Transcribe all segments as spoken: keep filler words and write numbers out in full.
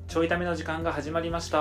ちょいための時間が始まりました。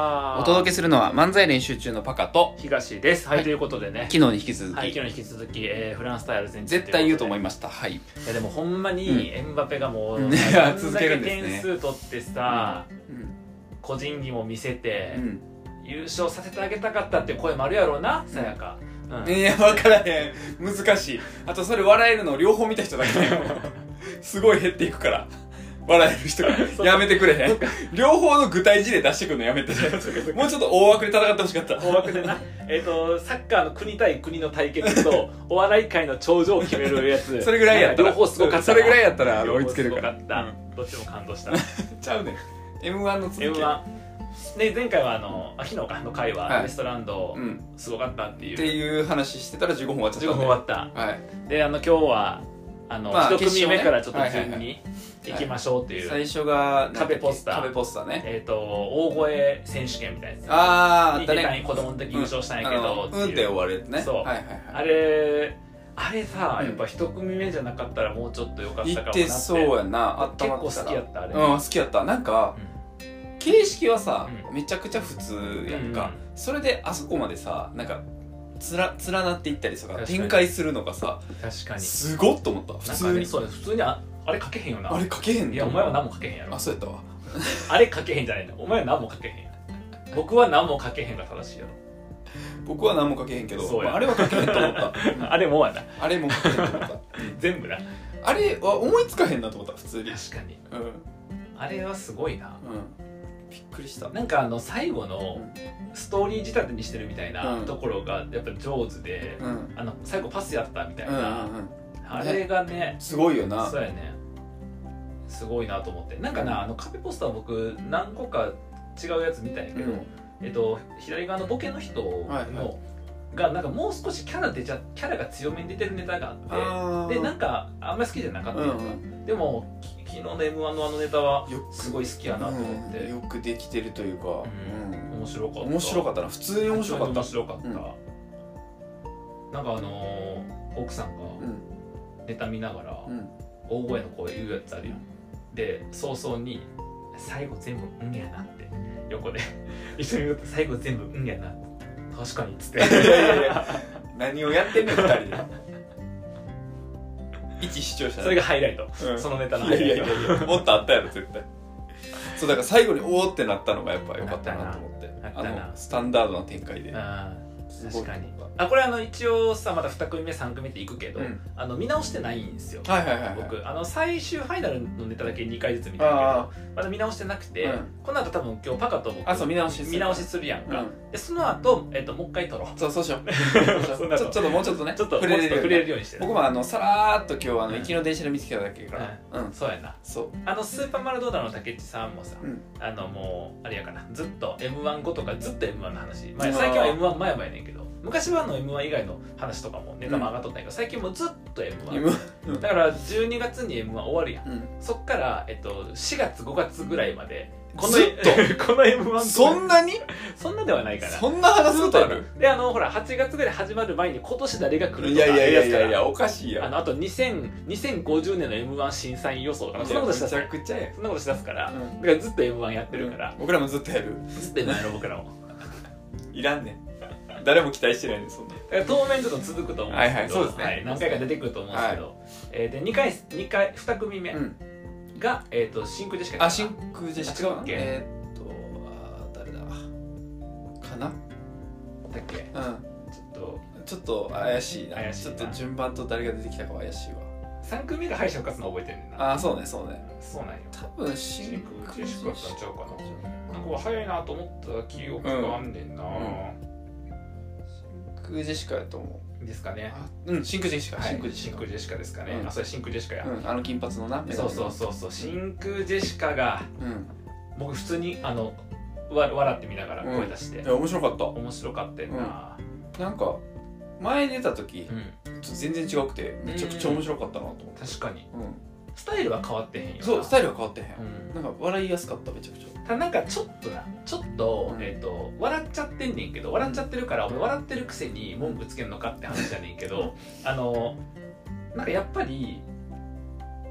お届けするのは漫才練習中のパカと東です。はい、 はい、 ということでね、 昨日に引き続き、 はい、昨日に引き続き、えー、フランス対アルゼンチン絶対言うと思いまました。はい。いす。でもほんまにエムバペがもう、 うん、 いや続けるんですね。 点数取ってさ、 うん、 個人技も見せて、 うん、 優勝させてあげたかったっていう声もあるやろうな、さやか。 うん、いや分からへん、難しい。あとそれ笑えるのを両方見た人だけすごい減っていくから笑える人がやめてくれへん。両方の具体事例出してくるのやめてもうちょっと大枠で戦ってほしかった。 大枠でなえっとサッカーの国対国の対決とお笑い界の頂上を決めるやつそれぐらいやったら両方すごかった。 それぐらいやったら追いつけるから。 両方すごかった、うん、どっちも感動したちゃうねん エムワン の続きエムワン で前回はあのあ昨日かの回は、はい、ウエストランド、うん、すごかったっていうっていう話してたらじゅうごふん終わっちゃったんでじゅうごふん終わった、はい、であの今日はあの、まあ、一組目からちょっと順に行きましょうっていう、 最初が壁ポスター壁ポスターね、 えっと大声選手権みたいなやつ、 あーあったね、 子供の時優勝したんやけど、 うんって終わるやつね。 そう、 はいはいはい、 あれあれさ、やっぱ一組目じゃなかったらもうちょっと良かったかもなって。 言ってそうやな、あったま結構好きやったあれ、 うん好きやった。なんか、うん、形式はさ、うん、めちゃくちゃ普通やんか、うん、それであそこまでさなんかつら連なっていったりとか展開するのがさ、 確かにすごっと思った。普通に、 ね、そう普通に あ, あれ書けへんよな。 あれ書けへんの。 いやお前は何も書けへんやろ。 あそうやったわあれ書けへんじゃないの。お前は何も書けへんやろ。僕は何も書けへんが正しいやろ。 僕は何も書けへんけど、まあ、あれは書けへんと思ったあれもやな。 あれも書けへんと思った全部な。 あれは思いつかへんなと思った普通に。 確かに、 うん、 あれはすごいな、 うん、びっくりした。 なんかあの最後のストーリー仕立てにしてるみたいなところがやっぱ上手で、うん、あの最後パスやったみたいな、うんうんうん、あれがねすごいよな。 そうやね、すごいなと思って。なんかな、あの壁ポスター僕何個か違うやつ見たんやけど、うん、えっと左側のボケの人の、はいはい、がなんかもう少しキャラ出ちゃキャラが強めに出てるネタがあって、でなんかあんまり好きじゃなかったやんか、うんうん、でも昨日の エムワン のあのネタはすごい好きやなと思って、 うん、よくできてるというか、 うんうん、面白かった。 面白かったな。普通に面白かった。 面白かった、うん、なんかあのー、奥さんがネタ見ながら、うん、大声の声言うやつあるやん。で早々に最後全部うんやなって横で一緒に言うと最後全部うんやな確かにっつっていやいやいや何をやってんのふたりで一視聴者それがハイライト、うん、そのネタのハイライト。いやいやいやもっとあったやろ絶対。そうだから最後におーってなったのがやっぱ良かったなと思って、あのスタンダードな展開で。 あ確かに。あこれあの一応さまたに組目さん組目っていくけど、うん、あの見直してないんですよ、 はいはいはいはい、 僕あの最終ファイナルのネタだけにかいずつ見たけどまだ見直してなくて、うん、この後多分今日パカと僕あそう見直し見直しするやんか、うん、でその後、えっともう一回撮ろう。 そうそうしようちょちょっともうちょっとねちょっと触れれる触れるようにして、ね、 僕もあのさらーっと今日あの行きの電車で見つけただけから、 うん、うん、そうやな。そうあのスーパーマラドーナの竹内さんもさ、うん、あのもうあれやかなずっと エムワン 後とかずっと エムワン の話、まあ、最近は エムワン 前々やねんけど昔はあの エムワン 以外の話とかもネタも上がっとったんやけど、うん、最近もずっと エムワン、うん、だからじゅうにがつに エムワン 終わるやん、うん、そっから、えっと、しがつごがつぐらいまでこのずっとこの エムワンそんなにそんなではないかな。 そんな話すことある。 であのほらはちがつぐらい始まる前に今年誰が来るとかいやいやいやいやいやおかしいやん。 あのあとにせんごじゅうねんの エムワン 審査員予想かな、そんなことしだすめちゃくちゃやそんなことしだすから、うん、だからずっと エムワン やってるから、 うん、僕らもずっとやるずっと エムワン やろ僕らもいらんねん誰も期待してないんでそんな。 だから当面ちょっと続くと思うんですけど、はいはい、そうですね、はい、何回か出てくると思うんですけど、はい、えー、でにかいにかいに組目が、うん、えー、と真空ジェシカ。 あ真空ジェシカ違うっけ。 えー誰だかなだっけ、うん、ちょっとちょっと怪しいな。 怪しいな。 ちょっと順番と誰が出てきたか怪しいわ。 さん組目が敗者復活の覚えてるねんな。 あそうねそうねそうなんよ。 多分真空ジェシカだったんちゃうかな。なんか早いなと思った記憶があんねんな、うんうん、 真空ジェシカやと思うですかね。 うん真空ジェシカ、 はい、真空ジェシカですかね、うん、あそれ真空ジェシカや、 うん、あの金髪のな。 そうそうそうそう真空ジェシカが、うん、僕普通にあのわ笑ってみながら声出して、うん、 いや面白かった面白かったよな、 うん、なんか前出た時、うん、ちょっと全然違くてめちゃくちゃ面白かったなと思って。 確かに、 うん、 スタイルは変わってへんよな。 そうスタイルは変わってへん、うん、なんか笑いやすかっためちゃくちゃ。 ただなんかちょっとなちょっと、うん、えっと笑っちゃってんねんけど笑っちゃってるから、うん、俺笑ってるくせに文句つけるのかって話じゃねんけどあのなんかやっぱり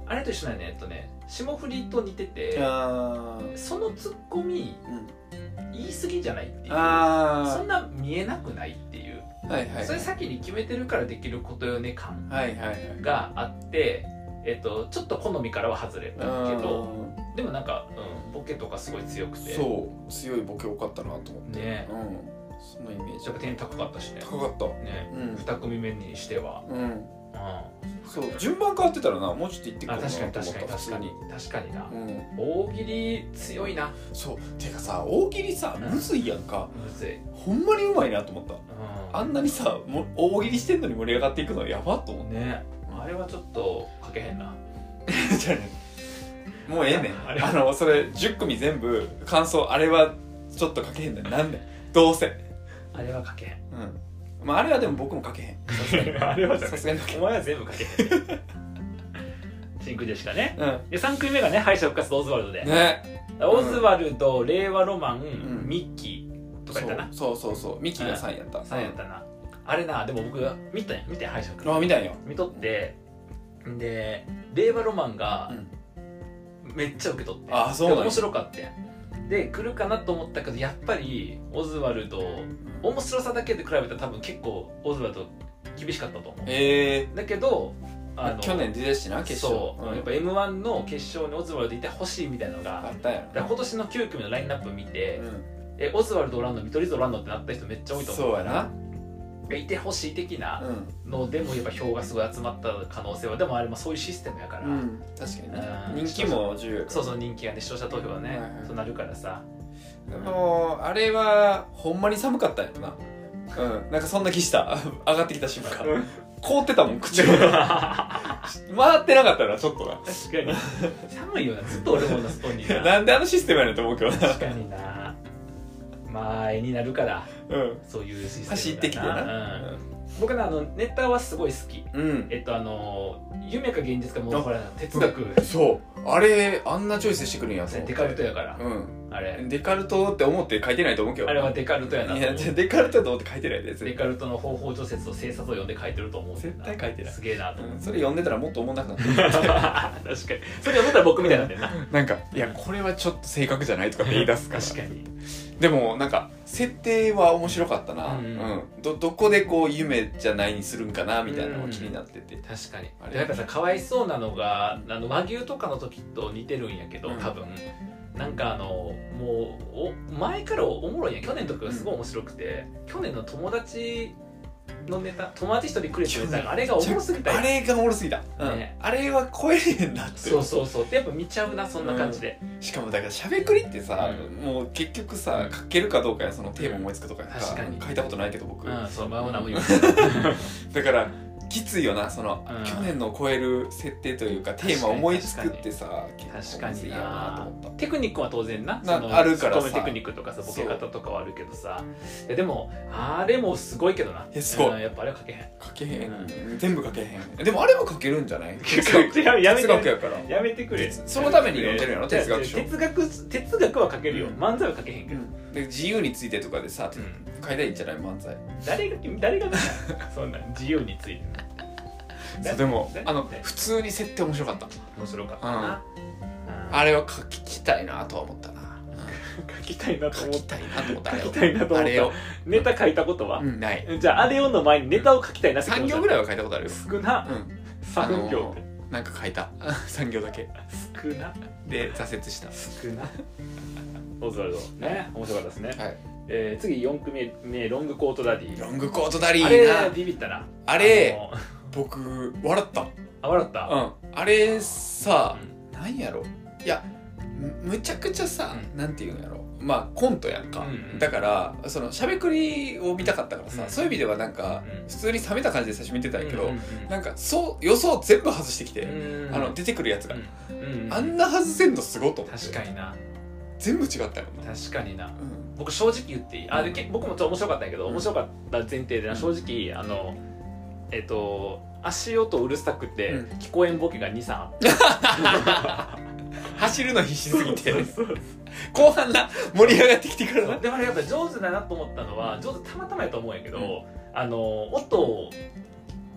あれと一緒なんやね。えっとね霜降りと似てて、 あそのツッコミ、 うん、 言い過ぎじゃないっていう、 あそんな見えなくないっていう、 はいはいはい、 それ先に決めてるからできることよね感はいはいはいがあって、えっと、ちょっと好みからは外れたけど、でもなんか、うん、ボケとかすごい強くて、 そう強いボケ多かったなと思ってね、 うん、そのイメージやっぱ点高かったしね。 高かったね、 うん、 に組目にしては、 うん、うん、 うん、 そう順番変わってたらなもうちょっといってくるなと思った。 確かに確かに確かにな、うん、大喜利強いな。 そうてかさ大喜利さむずいやんか、 うん、むずい、 ほんまにうまいなと思った、うん、あんなにさも大喜利してんのに盛り上がっていくのやばっと思ってね。 あれはちょっと書けへんなじゃあねもうええねんあのそれじゅっ組全部感想あれはちょっと書けへんねんなんでどうせあれは書けへん、 うんまあ、あれはでも僕も書けへんあれはさすがにお前は全部書けへん真空ジェシカね、 うん、 でさん組目がね敗者復活とオズワルドで、 ね、 オズワルド、令和ロマン、 うん、 ミッキーとか言ったな。 そうそうそうそうミッキーがさんやった、 さんやったな。あれなでも僕が見たんや見て敗者復活あ見たんよ見とって、で令和ロマンがめっちゃ受け取って、 あそうなんや面白かったやん。で来るかなと思ったけどやっぱりオズワルド面白さだけで比べたら多分結構オズワルド厳しかったと思う。 えだけどあの去年出てしな決勝そう、うん、やっぱ エムワン の決勝にオズワルドいてほしいみたいなのがあったやろ。 だから今年のきゅう組のラインナップ見て、 うん、 えオズワルドおらんの見取り図おらんのってなった人めっちゃ多いと思う。 そうやな。 いてほしい的なのでもやっぱ票がすごい集まった可能性はでもあれもそういうシステムやから、 うん、確かにね、 うん、 人気も重要やから。 そうそう人気がね視聴者投票がね、 はいはい、 となるからさ。 でもあれはほんまに寒かったんやろな。うん、なんかそんな気した上がってきた瞬間凍ってたもん口が回ってなかったなちょっとな。 確かに寒いよなずっと俺もな外にななんであのシステムやねんと思うけどな。 確かになまあ絵になるから、 うん、 そういうシステム走ってきてな、うんうん僕のあのネタはすごい好き、 うん、 えっとあの夢か現実かもうほら哲学、 そうあれあんなチョイスしてくるんや。 デカルトやから、 うん、 あれデカルトって思って書いてないと思うけどあれはデカルトやなと思う。 いやデカルトやと思って書いてないでデカルトの方法除雪と性差を読んで書いてると思う。 絶対書いてない。 すげえなと思う、 うん、それ読んでたらもっと思んなくなってる確かにそれ読んだら僕みたいになってんななんかいやこれはちょっと正確じゃないとかって言い出すから確かに。 でもなんか設定は面白かったな、 うんうん、ど, どこでこう夢じゃないにするんかなみたいなのが気になってて、うん、 確かにあれやっぱさかわいそうなのがあの和牛とかの時と似てるんやけど多分、うん、なんかあのもうお前からおもろいやん。去年とかがすごい面白くて、うん、去年の友達のネタ友達一人くれって言ったらあれがおもろすぎた。 あれがおもろすぎた、うんね、あれは超えれへんなって。 そうそうそうでやっぱ見ちゃうなそんな感じで、 うん、しかもだからしゃべくりってさ、うん、もう結局さ書けるかどうかやそのテーマ思いつくとかやから、 確かに書いたことないけど僕、 うん、そうまあ何も言うだからきついよなその、 うん、 去年の超える設定というかテーマ思いつくってさ確かになと思った。 テクニックは当然 な, なそのあるからさテクニックとかさボケ方とかはあるけどさいやでもあれもすごいけどな。 えすごい、 うん、やっぱあれは書けへん書けへん、うん、全部書けへん。でもあれも書けるんじゃない哲学やめて哲学やからやめてくれ。 そのために読んでるやろ哲学書。 哲学哲学は書けるよ、 うん、 漫才は書けへんけど、 うん、で自由についてとかでさ、うん、書いたらいいんじゃない漫才。 誰が誰がそんな自由についてそうでもあの普通に設定面白かった。 面白かったな、 うん、あれは書きたいなとは思ったな。 書きたいなと思った。 書きたいなと思った。 書きたいなと思った。あれをネタ書いたことは、 うん、ない。 じゃああれをの前にネタを書きたいなってさん行ぐらいは書いたことあるよ。 少な、 うん、 さん行ってなんか書いたさん行だけ少なで挫折した。 少なオズワルドね面白かったですね、 はいえー、次よん組目ロングコートダディ。 ロングコートダディなあれビビったなあれ僕笑った。 あ笑った、 うん、あれさ、 うん、 なんやろいや む, むちゃくちゃさ、うん、なんていうんやろまあコントやんか、うんうん、だからそのしゃべくりを見たかったからさ、うん、そういう意味ではなんか、うん、普通に冷めた感じで最初見てたんやけど、うんうんうん、なんかそう予想全部外してきて、うんうん、あの出てくるやつが、うんうんうん、あんな外せんのすごいと思って。 確かにな全部違ったよな。 確かにな、 うん、 僕正直言っていいあで僕もちょっと面白かったんやけど、うん、面白かった前提でな正直あのえっと足音うるさくて、うん、聞こえんボケがにさんあった走るの必死すぎて後半な盛り上がってきてからな。 でもあれやっぱ上手だなと思ったのは上手たまたまやと思うんやけど、うん、あの音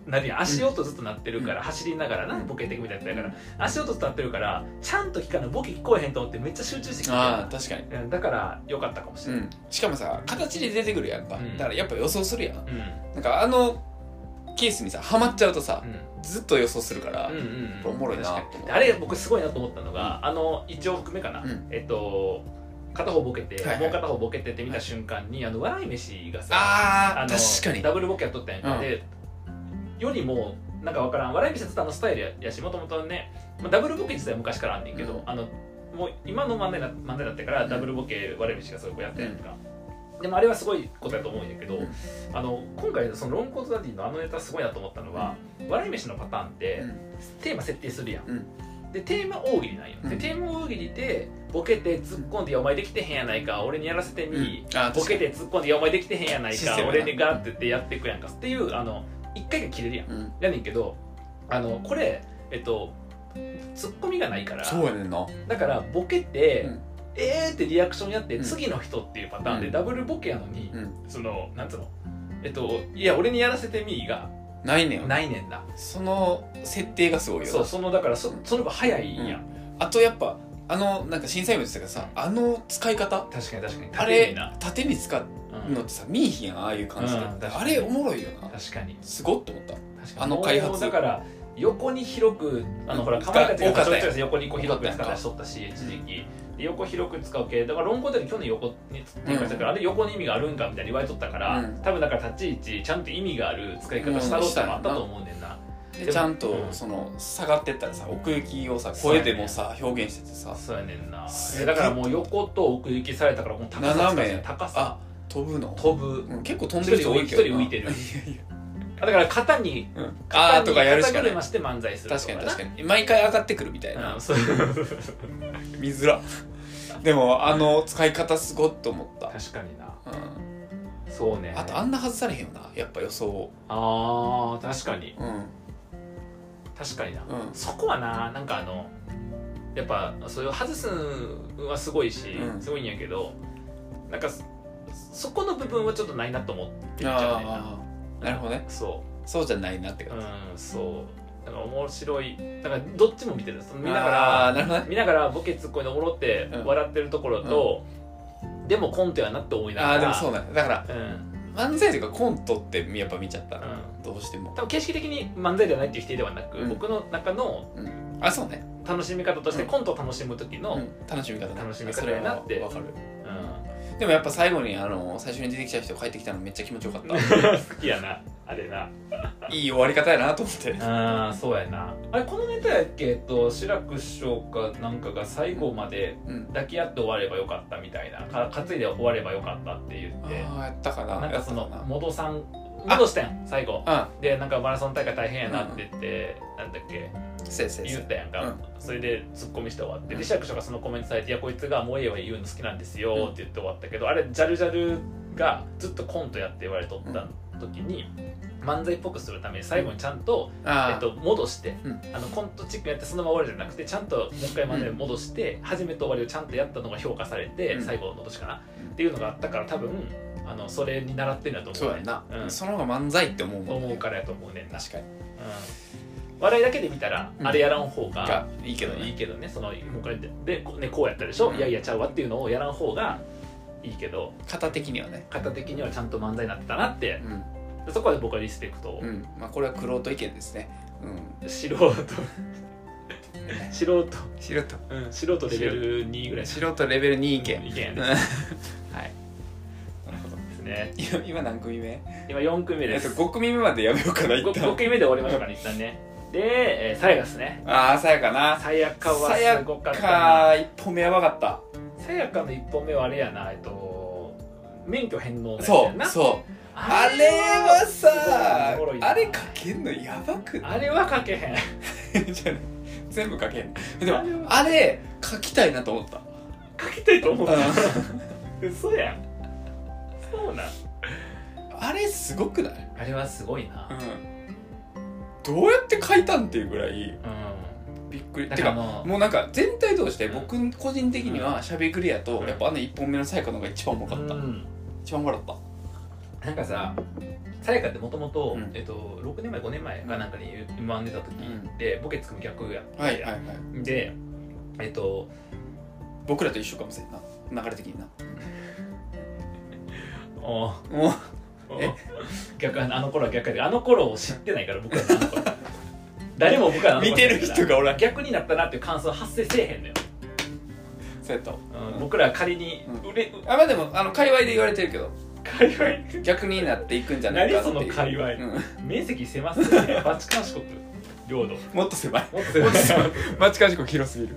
何や足音ずっと鳴ってるから、うん、走りながらなボケていくみたいなやつだから、うん、足音ずっと鳴ってるからちゃんと聞かないボケ聞こえへんと思ってめっちゃ集中して聞いてる。 ああ確かに。 だから良かったかもしれない、うん、 しかもさ形で出てくるやんか、うん、だからやっぱ予想するやん、うん、なんかあのケースにさハマっちゃうとさ、うん、ずっと予想するから、うんうんうん、おもろいなと思って。あれ僕すごいなと思ったのが、うん、あのいち往復目かな、うん、えっと片方ボケて、はいはい、もう片方ボケてって見た瞬間に、はい、あの笑い飯がさああの確かにダブルボケやっとったんやんか、うん、でよりもなんか分からん笑い飯はずっとあのスタイル や, やしもともとね、まあ、ダブルボケ自体は昔からあんねんけど、うん、あのもう今の漫才な漫才だったからダブルボケ笑い飯がそういう子やってるやんか、うん、でもあれはすごいことやと思うんやけど、うん、あの今回そのロングコートダディのあのネタすごいなと思ったのは、うん、笑い飯のパターンって、うん、テーマ設定するやん、うんでテーマ大喜利なんよ、うん、でテーマ大喜利でボケて突っ込んで「いやお前できてへんやないか俺にやらせてみ、うん、ボケて突っ込んで「いやお前できてへんやないか俺にガーって言ってやっていくやんか」っていうあの一回が切れるやん、うん、やねんけどあのこれえっと突っ込みがないからそうやねんなだからボケて、うん、えーってリアクションやって、うん、次の人っていうパターンで、うん、ダブルボケやのに、うん、そのなんつうのえっといや俺にやらせてみがないねんないねんなその設定がすごいよそうそのだから そ, その分早いやん、うん、 あとやっぱあのなんか審査員も言ってたけどさあの使い方確かに確かにあれ縦に使うのってさ、うん、見えひんやんああいう感じで、うん、あれおもろいよな確かにすごっと思ったあの開発だから横に広くあのほらかまいたちがちょいちょい横にこう広く使ったりしとったし一時期横広く使う系だからロングコートで去年横に展開したから、うん、あれ横に意味があるんかみたいに言われとったから、うん、多分だから立ち位置ちゃんと意味がある使い方したろうともあったと思うねんな、 うん、でちゃんとその下がってったらさ奥行きをさ声でもさ表現しててさそうやねんなだからもう横と奥行きされたからもう高さ斜め高さ飛ぶの飛ぶ、 うん、結構飛んでる人多いけど一人浮いてるだから型に、 うん、あーとかやるしかないして漫才する確かに確かに毎回上がってくるみたいな、うん、そう見づらでもあの使い方すごっと思った確かにな、うん、そうねあとあんな外されへんよなやっぱ予想あー確かに、 うん、 確かにな、 うん、 そこはななんかあのやっぱそれを外すのはすごいし、うん、すごいんやけどなんかそこの部分はちょっとないなと思ってんじゃないななるほどねそうそうじゃないなって感じうんそうだから面白いだからどっちも見てる見ながらなるほど、ね、見ながらボケツッコミでおもろって笑ってるところと、うん、でもコントやなって思いながらあでもそうだねだから、うん、漫才というかコントってやっぱ見ちゃったな、うん、どうしても多分形式的に漫才ではないっていう否定ではなく、うん、僕の中の、 うん、あそうね楽しみ方としてコントを楽しむ時の、うん、 楽しみ方楽しみ方やなって分かる、うん、でもやっぱ最後にあの最初に出てきた人が帰ってきたのめっちゃ気持ちよかった好きやなあれないい終わり方やなと思ってああそうやなあれこのネタやっけ、えっと、志らく師匠かなんかが最後まで抱き合って終わればよかったみたいなか担いで終わればよかったって言ってああやったかななんかその戻さん戻したやん最後でなんかマラソン大会大変やなって言って、うん、なんだっけ言ったやんか、うん、それでツッコミして終わって、うん、で志らく師匠がそのコメントされて「いやこいつがもうええわ言うの好きなんですよ」って言って終わったけど、うん、あれジャルジャルがずっとコントやって言われとった時に、うん、漫才っぽくするために最後にちゃんと、うんえっと、戻して、うん、あのコントチックやってそのまま終わるじゃなくてちゃんともう一回漫才戻して、うん、初めと終わりをちゃんとやったのが評価されて、うん、最後の戻しかな、うん、っていうのがあったから多分あのそれに習ってるんだと思うねんな、うん、その方が漫才って思うもんね思うからやと思うねんな確かに、うん、 笑いだけで見たら、うん、あれやらん方が、 がいいけどねいいけどねその他でで、ね、こうやったでしょ、うん、いやいやちゃうわっていうのをやらん方がいいけど型的にはね型的にはちゃんと漫才になってたなって、うん、そこは僕はリスペクトを、 うんまあ、これは玄人意見ですね、 うん、素人素人素人、 うん、素人レベルにぐらい素人レベルに意見意見やねはいなるほどですね今, 今何組目今よん組目です。 ご組目までやめようかな。 ご組目で終わりましょうかね一旦ね。で、えー、さやかですね。 ああさやかな。 さやかはすごかったな。 さやか一本目やばかった。 さやかの一本目はあれやな、えっと免許返納のやつやな。そうそう。あれはさあれかけんのやばくない？ あれはかけへん。 じゃあ全部かけん。でもあれ書きたいなと思った。 書きたいと思った。嘘やん。そうなん。 あれすごくない？ あれはすごいな、 うん、どうやって書いたんっていうぐらい、うん、びっくり。てかもうなんか全体通して僕個人的にはしゃべくりやと、うん、やっぱあのいっぽんめのさやかのが一番重かった、うん、一番笑った。 なんかささやかってもともとうんろくねんまえごねんまえかなんかに エムワン 出た時でボケツッコミ逆やったはいはいはいでえっと僕らと一緒かもしれんな流れ的になおおえ逆あの頃は逆であの頃を知ってないから僕らのあの頃誰も僕らのあの頃見てる人がおらん逆になったなっていう感想発生せえへんのよ、 そうやった、 うん、僕ら仮に売れ、 あまあでもあの界隈で言われてるけど界隈逆になっていくんじゃないか何っていうその界隈、 うん、 面積狭すぎてバチカン四国領土もっと狭いもっと狭いバチカン四国広すぎる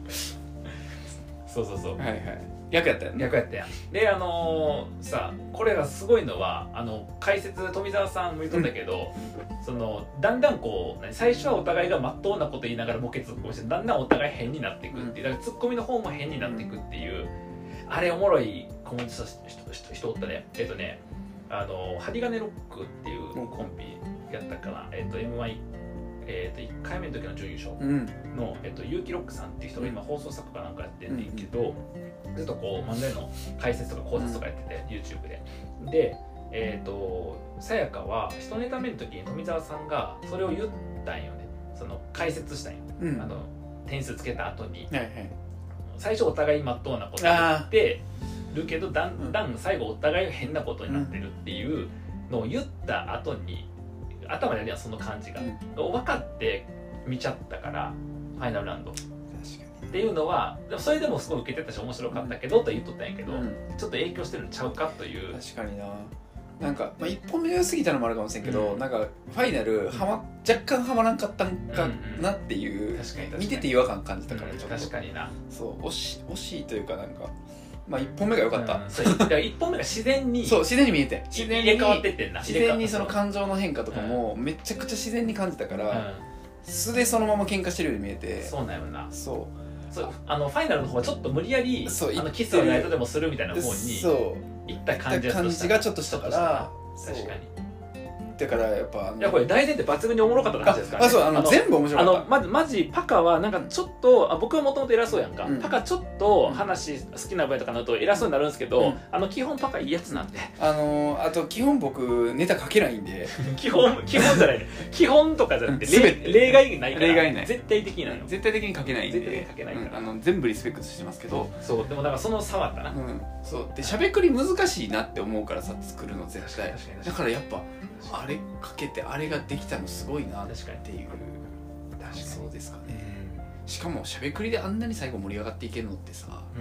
そうそうそう、 はいはい逆やったよね逆やったやんであのー、さこれがすごいのはあの解説富澤さんも言っとったけど、うん、そのだんだんこう最初はお互いが真っ当なこと言いながらボケツッコミしてだんだんお互い変になっていくっていう、だからツッコミの方も変になっていくっていう、あれおもろいコメントした人, 人, 人おったねえっとねあの針金ロックっていうコンビやったかな、えっと エムワン、えっといっかいめの時の準優勝の、えっと、結城ロックさんっていう人が今放送作家かなんかやってんねんけど、ずっとこう漫才の解説とか考察とかやってて、うん、YouTube ででえっとさやかは一ネタ目の時に富澤さんがそれを言ったんよね、その解説したんよ、うん、あの点数つけた後に、はいはい、最初お互い真っ当なこと言ってるけどだんだん最後お互いが変なことになってるっていうのを言った後に頭であるやんその感じが、うん、分かって見ちゃったからファイナルラウンドっていうのはそれでもすごい受けてたし面白かったけど、うん、と言っとったんやけど、うん、ちょっと影響してるんちゃうかという。 確かにな、なんか、まあ、いっぽんめが良すぎたのもあるかもしれんけど、うん、なんかファイナルはま若干はまらんかったんかなっていう、うんうん、確かに確かに見てて違和感感じたからちょっと、 うん、確かになそう惜し惜しいというかなんかまあいっぽんめが良かった、 うん、そうだからいっぽんめが自然にそう自然に見えて自然に入れ替わってってんな自然にその感情の変化とかもめちゃくちゃ自然に感じたから、うん、素でそのまま喧嘩してるように見えて、 そうなんよな、 そうそうあのファイナルの方はちょっと無理やりあのキスをナイトでもするみたいな方にいった感じがちょっとしたから確かにだからやっぱいやこれ大前提抜群におもろかった話ですからね。あそうあの全部面白かった。 あのまずマジパカはなんかちょっとあ僕はもともと偉そうやんか、うん、パカちょっと話好きな分野とかなると偉そうになるんですけど、うん、あの基本パカいいやつなんで、 あのあと基本僕ネタ書けないんで基本基本じゃないね基本とかじゃなくて例, 例外ないから例外ない絶対的なの絶対的に書けないんで絶対的に書けないから、 うん、あの全部リスペクトしてますけど、 そうでもなんかその差はあったな、 うん、そうでしゃべくり難しいなって思うからさ作るの絶対だからやっぱあれかけてあれができたのすごいなっていう確かにそうですかね、うん、しかもしゃべくりであんなに最後盛り上がっていけるのってさ、うん、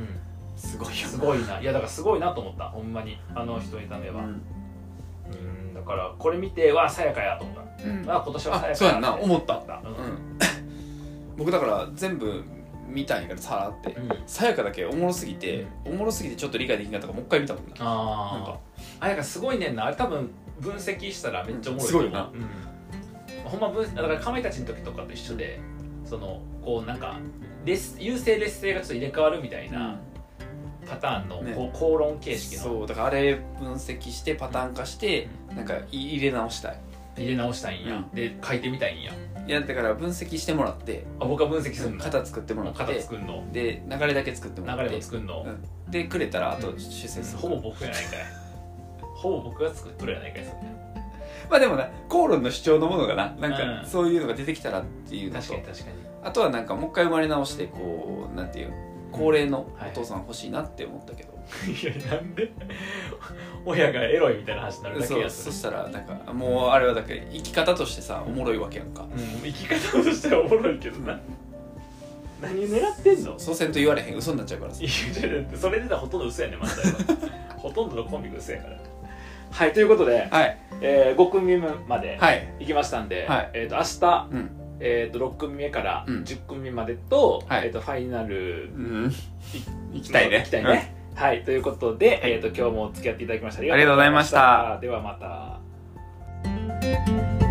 すごいよなすごいないやだからすごいなと思ったほんまにあの人いた目は、うん、うんだからこれ見てはさやかやと思った、うん、あ今年はさやかやそうやんな思った、 うんうん、 僕だから全部見たんやからさーってさやかだけおもろすぎて、うん、おもろすぎてちょっと理解できなかったからもう一回見たもんなあなんかあやかすごいねんなあれ多分分析したらめっちゃおもろい、うん、すごいな、うん、ほんま分だからかまいたちの時とかと一緒でそのこうなんか劣優勢劣勢がちょっと入れ替わるみたいなパターンの、ね、こう口論形式のそうだからあれ分析してパターン化して、うん、なんか入れ直したい入れ直したいんや、うん、で書いてみたいんやいやだから分析してもらってあ僕は分析するの型作ってもらって型作るので流れだけ作ってもらって流れも作るの、 うん、でくれたらあと修正する、 うん、ほぼ僕やないかいほぼ僕が作ってくれやないかいそれまあでもな口論の主張のものがななんかそういうのが出てきたらっていうのと、 確かに確かにあとはなんかもう一回生まれ直してこうなんていう高齢のお父さん欲しいなって思ったけど、 うんはい、いやなんで親がエロいみたいな話になるだけやそうそしたらなんかもうあれはだけ生き方としてさおもろいわけやんか、 うん、生き方としてはおもろいけどな、うん、何狙ってんのそうせんと言われへん嘘になっちゃうからさそれでたらほとんど嘘やねんまたほとんどのコンビが嘘やからはいということで、はいえー、ご組目まで行きましたんで、はいえー、と明日、うんえー、とろく組目からじゅっ組目までと,、うんえー、とファイナル、うん、 行きたいね行きたいね、うん、はいということで、えー、と今日もお付き合っていただきましたありがとうございました。 ではまた。